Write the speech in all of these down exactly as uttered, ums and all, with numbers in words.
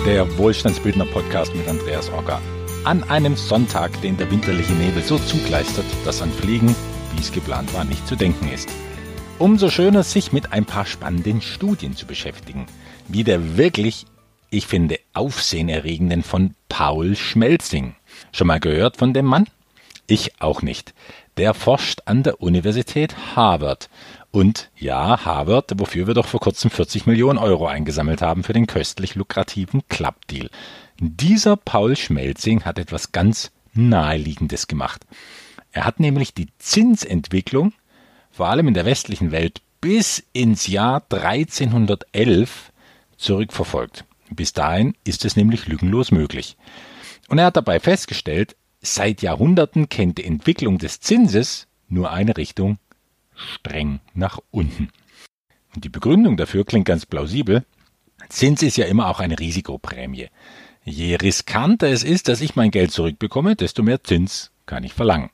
der Wohlstandsbildner-Podcast mit Andreas Orga. An einem Sonntag, den der winterliche Nebel so zugleistert, dass an Fliegen, wie es geplant war, nicht zu denken ist. Umso schöner, sich mit ein paar spannenden Studien zu beschäftigen. Wie der wirklich, ich finde, aufsehenerregenden von Paul Schmelzing. Schon mal gehört von dem Mann? Ich auch nicht. Der forscht an der Universität Harvard. Und ja, Harvard, wofür wir doch vor kurzem vierzig Millionen Euro eingesammelt haben für den köstlich lukrativen Club-Deal. Dieser Paul Schmelzing hat etwas ganz Naheliegendes gemacht. Er hat nämlich die Zinsentwicklung, vor allem in der westlichen Welt, bis ins Jahr dreizehnhundertelf zurückverfolgt. Bis dahin ist es nämlich lückenlos möglich. Und er hat dabei festgestellt, seit Jahrhunderten kennt die Entwicklung des Zinses nur eine Richtung: streng nach unten. Und die Begründung dafür klingt ganz plausibel. Zins ist ja immer auch eine Risikoprämie. Je riskanter es ist, dass ich mein Geld zurückbekomme, desto mehr Zins kann ich verlangen.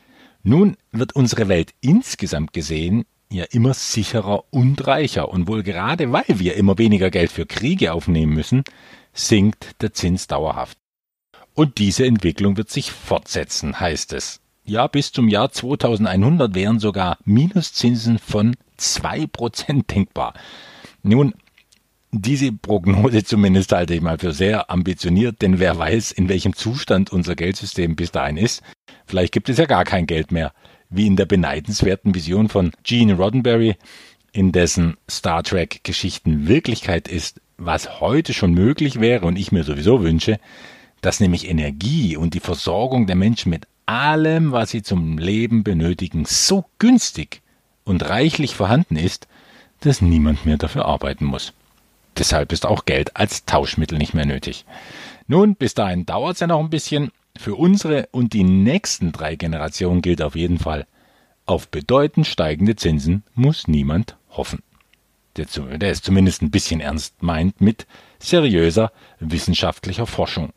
Nun wird unsere Welt insgesamt gesehen ja immer sicherer und reicher. Und wohl gerade weil wir immer weniger Geld für Kriege aufnehmen müssen, sinkt der Zins dauerhaft. Und diese Entwicklung wird sich fortsetzen, heißt es. Ja, bis zum Jahr zweitausendeinhundert wären sogar Minuszinsen von zwei Prozent denkbar. Nun, diese Prognose zumindest halte ich mal für sehr ambitioniert, denn wer weiß, in welchem Zustand unser Geldsystem bis dahin ist. Vielleicht gibt es ja gar kein Geld mehr, wie in der beneidenswerten Vision von Gene Roddenberry, in dessen Star Trek-Geschichten Wirklichkeit ist, was heute schon möglich wäre und ich mir sowieso wünsche, dass nämlich Energie und die Versorgung der Menschen mit allem, was sie zum Leben benötigen, so günstig und reichlich vorhanden ist, dass niemand mehr dafür arbeiten muss. Deshalb ist auch Geld als Tauschmittel nicht mehr nötig. Nun, bis dahin dauert es ja noch ein bisschen. Für unsere und die nächsten drei Generationen gilt auf jeden Fall: auf bedeutend steigende Zinsen muss niemand hoffen. Der, der ist zumindest ein bisschen ernst meint mit seriöser wissenschaftlicher Forschung.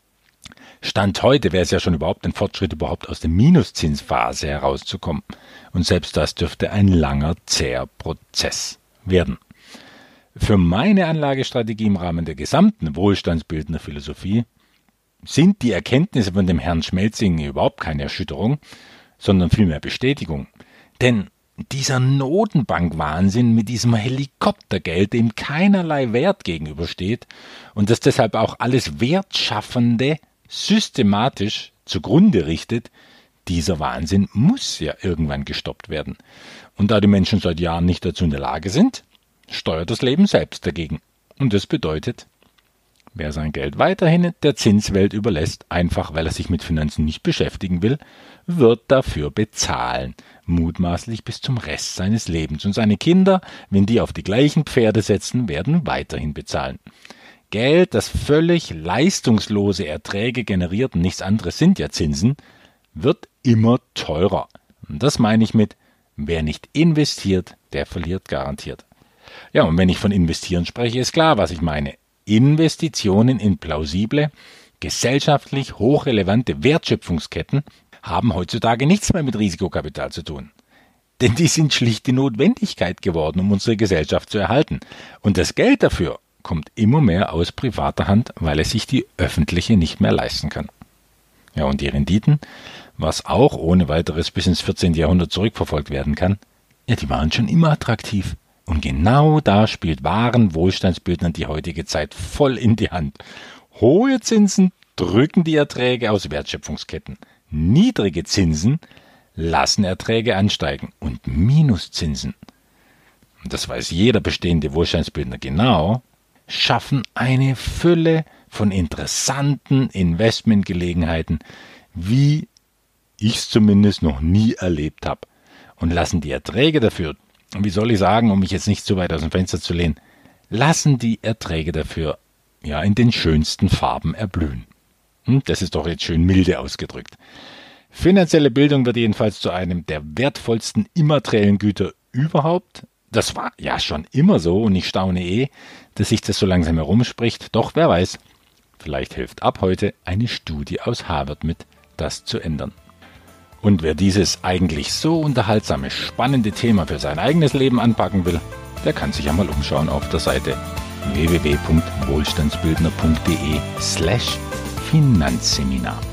Stand heute wäre es ja schon überhaupt ein Fortschritt, überhaupt aus der Minuszinsphase herauszukommen. Und selbst das dürfte ein langer, zäher Prozess werden. Für meine Anlagestrategie im Rahmen der gesamten wohlstandsbildenden Philosophie sind die Erkenntnisse von dem Herrn Schmelzing überhaupt keine Erschütterung, sondern vielmehr Bestätigung. Denn dieser Notenbankwahnsinn mit diesem Helikoptergeld, dem keinerlei Wert gegenübersteht und das deshalb auch alles Wertschaffende systematisch zugrunde richtet, dieser Wahnsinn muss ja irgendwann gestoppt werden. Und da die Menschen seit Jahren nicht dazu in der Lage sind, steuert das Leben selbst dagegen. Und das bedeutet, wer sein Geld weiterhin der Zinswelt überlässt, einfach weil er sich mit Finanzen nicht beschäftigen will, wird dafür bezahlen, mutmaßlich bis zum Rest seines Lebens. Und seine Kinder, wenn die auf die gleichen Pferde setzen, werden weiterhin bezahlen. Geld, das völlig leistungslose Erträge generiert, und nichts anderes sind ja Zinsen, wird immer teurer. Und das meine ich mit: wer nicht investiert, der verliert garantiert. Ja, und wenn ich von investieren spreche, ist klar, was ich meine. Investitionen in plausible, gesellschaftlich hochrelevante Wertschöpfungsketten haben heutzutage nichts mehr mit Risikokapital zu tun. Denn die sind schlicht die Notwendigkeit geworden, um unsere Gesellschaft zu erhalten. Und das Geld dafür kommt immer mehr aus privater Hand, weil es sich die öffentliche nicht mehr leisten kann. Ja, und die Renditen, was auch ohne weiteres bis ins vierzehnten Jahrhundert zurückverfolgt werden kann, ja, die waren schon immer attraktiv. Und genau da spielt wahren Wohlstandsbildnern die heutige Zeit voll in die Hand. Hohe Zinsen drücken die Erträge aus Wertschöpfungsketten. Niedrige Zinsen lassen Erträge ansteigen. Und Minuszinsen, und das weiß jeder bestehende Wohlstandsbildner genau, schaffen eine Fülle von interessanten Investmentgelegenheiten, wie ich es zumindest noch nie erlebt habe. Und lassen die Erträge dafür, wie soll ich sagen, um mich jetzt nicht zu weit aus dem Fenster zu lehnen, lassen die Erträge dafür ja in den schönsten Farben erblühen. Hm, das ist doch jetzt schön milde ausgedrückt. Finanzielle Bildung wird jedenfalls zu einem der wertvollsten immateriellen Güter überhaupt. Das war ja schon immer so und ich staune eh, dass sich das so langsam herumspricht. Doch wer weiß, vielleicht hilft ab heute eine Studie aus Harvard mit, das zu ändern. Und wer dieses eigentlich so unterhaltsame, spannende Thema für sein eigenes Leben anpacken will, der kann sich ja mal umschauen auf der Seite w w w punkt wohlstandsbildner punkt d e slash Finanzseminar.